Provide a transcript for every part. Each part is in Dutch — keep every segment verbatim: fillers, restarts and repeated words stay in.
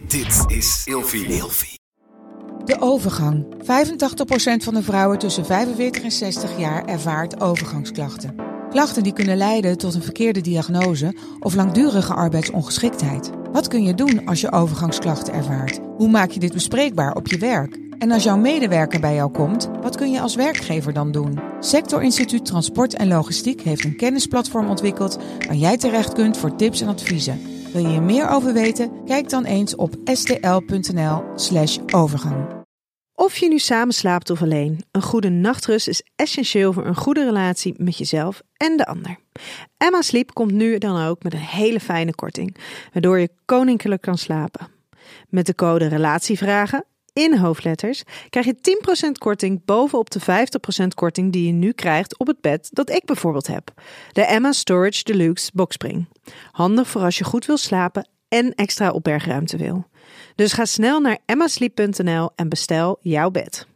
Dit is Ilfie. De overgang. vijfentachtig procent van de vrouwen tussen vijfenveertig en zestig jaar ervaart overgangsklachten. Klachten die kunnen leiden tot een verkeerde diagnose of langdurige arbeidsongeschiktheid. Wat kun je doen als je overgangsklachten ervaart? Hoe maak je dit bespreekbaar op je werk? En als jouw medewerker bij jou komt, wat kun je als werkgever dan doen? Sectorinstituut Transport en Logistiek heeft een kennisplatform ontwikkeld waar jij terecht kunt voor tips en adviezen. Wil je hier meer over weten? Kijk dan eens op stl.nl slash overgang. Of je nu samen slaapt of alleen, een goede nachtrust is essentieel voor een goede relatie met jezelf en de ander. Emma Sleep komt nu dan ook met een hele fijne korting, waardoor je koninklijk kan slapen. Met de code RELATIEVRAGEN in hoofdletters krijg je tien procent korting bovenop de vijftig procent korting die je nu krijgt op het bed dat ik bijvoorbeeld heb. De Emma Storage Deluxe Boxspring. Handig voor als je goed wil slapen en extra opbergruimte wil. Dus ga snel naar emma sleep punt n l en bestel jouw bed.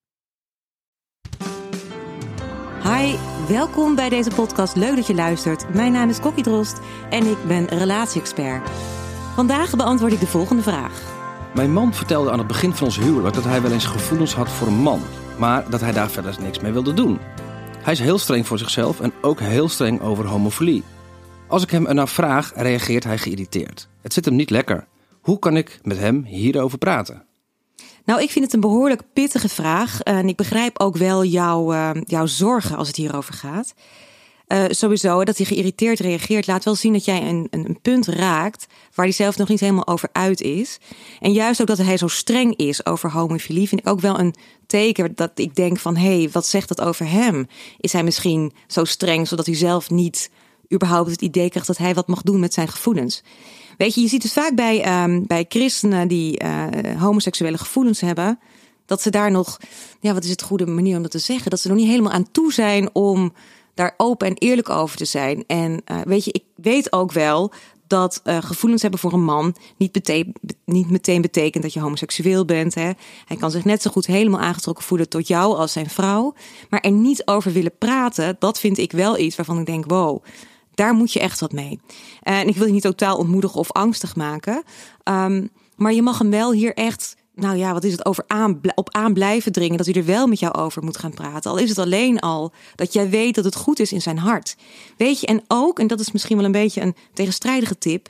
Hi, welkom bij deze podcast. Leuk dat je luistert. Mijn naam is Kokkie Drost en ik ben relatie-expert. Vandaag beantwoord ik de volgende vraag. Mijn man vertelde aan het begin van ons huwelijk dat hij wel eens gevoelens had voor een man, maar dat hij daar verder niks mee wilde doen. Hij is heel streng voor zichzelf en ook heel streng over homofilie. Als ik hem ernaar vraag, reageert hij geïrriteerd. Het zit hem niet lekker. Hoe kan ik met hem hierover praten? Nou, ik vind het een behoorlijk pittige vraag. En ik begrijp ook wel jouw, uh, jouw zorgen als het hierover gaat. Uh, sowieso, dat hij geïrriteerd reageert, laat wel zien dat jij een, een, een punt raakt waar hij zelf nog niet helemaal over uit is. En juist ook dat hij zo streng is over homofilie vind ik ook wel een teken dat ik denk van, hé, hey, wat zegt dat over hem? Is hij misschien zo streng zodat hij zelf niet überhaupt het idee krijgt dat hij wat mag doen met zijn gevoelens? Weet je, je ziet het vaak bij, um, bij christenen die uh, homoseksuele gevoelens hebben, dat ze daar nog, ja, wat is het goede manier om dat te zeggen, dat ze nog niet helemaal aan toe zijn om daar open en eerlijk over te zijn. En uh, weet je, ik weet ook wel dat uh, gevoelens hebben voor een man niet, bete- niet meteen betekent dat je homoseksueel bent. Hè. Hij kan zich net zo goed helemaal aangetrokken voelen tot jou als zijn vrouw. Maar er niet over willen praten, dat vind ik wel iets waarvan ik denk, wow, daar moet je echt wat mee. En ik wil je niet totaal ontmoedigen of angstig maken. Um, maar je mag hem wel hier echt, nou ja, wat is het, over aan, op aan blijven dringen, dat hij er wel met jou over moet gaan praten. Al is het alleen al dat jij weet dat het goed is in zijn hart. Weet je, en ook, en dat is misschien wel een beetje een tegenstrijdige tip,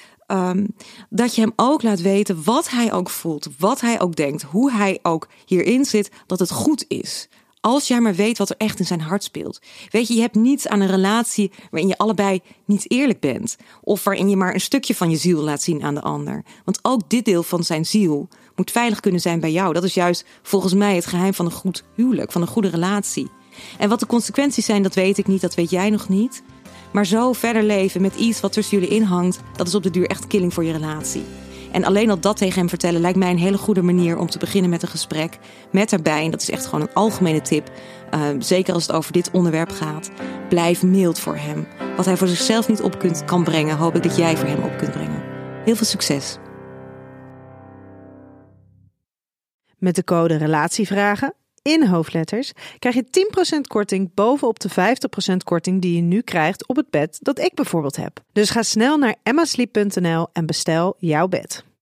um, dat je hem ook laat weten wat hij ook voelt, wat hij ook denkt, hoe hij ook hierin zit, dat het goed is. Als jij maar weet wat er echt in zijn hart speelt. Weet je, je hebt niets aan een relatie waarin je allebei niet eerlijk bent. Of waarin je maar een stukje van je ziel laat zien aan de ander. Want ook dit deel van zijn ziel moet veilig kunnen zijn bij jou. Dat is juist volgens mij het geheim van een goed huwelijk, van een goede relatie. En wat de consequenties zijn, dat weet ik niet, dat weet jij nog niet. Maar zo verder leven met iets wat tussen jullie inhangt, dat is op de duur echt killing voor je relatie. En alleen al dat tegen hem vertellen lijkt mij een hele goede manier om te beginnen met een gesprek. Met daarbij, en dat is echt gewoon een algemene tip, uh, zeker als het over dit onderwerp gaat, blijf mild voor hem. Wat hij voor zichzelf niet op kunt, kan brengen, hoop ik dat jij voor hem op kunt brengen. Heel veel succes. Met de code RELATIEVRAGEN in hoofdletters krijg je tien procent korting bovenop de vijftig procent korting die je nu krijgt op het bed dat ik bijvoorbeeld heb. Dus ga snel naar emma sleep punt n l en bestel jouw bed.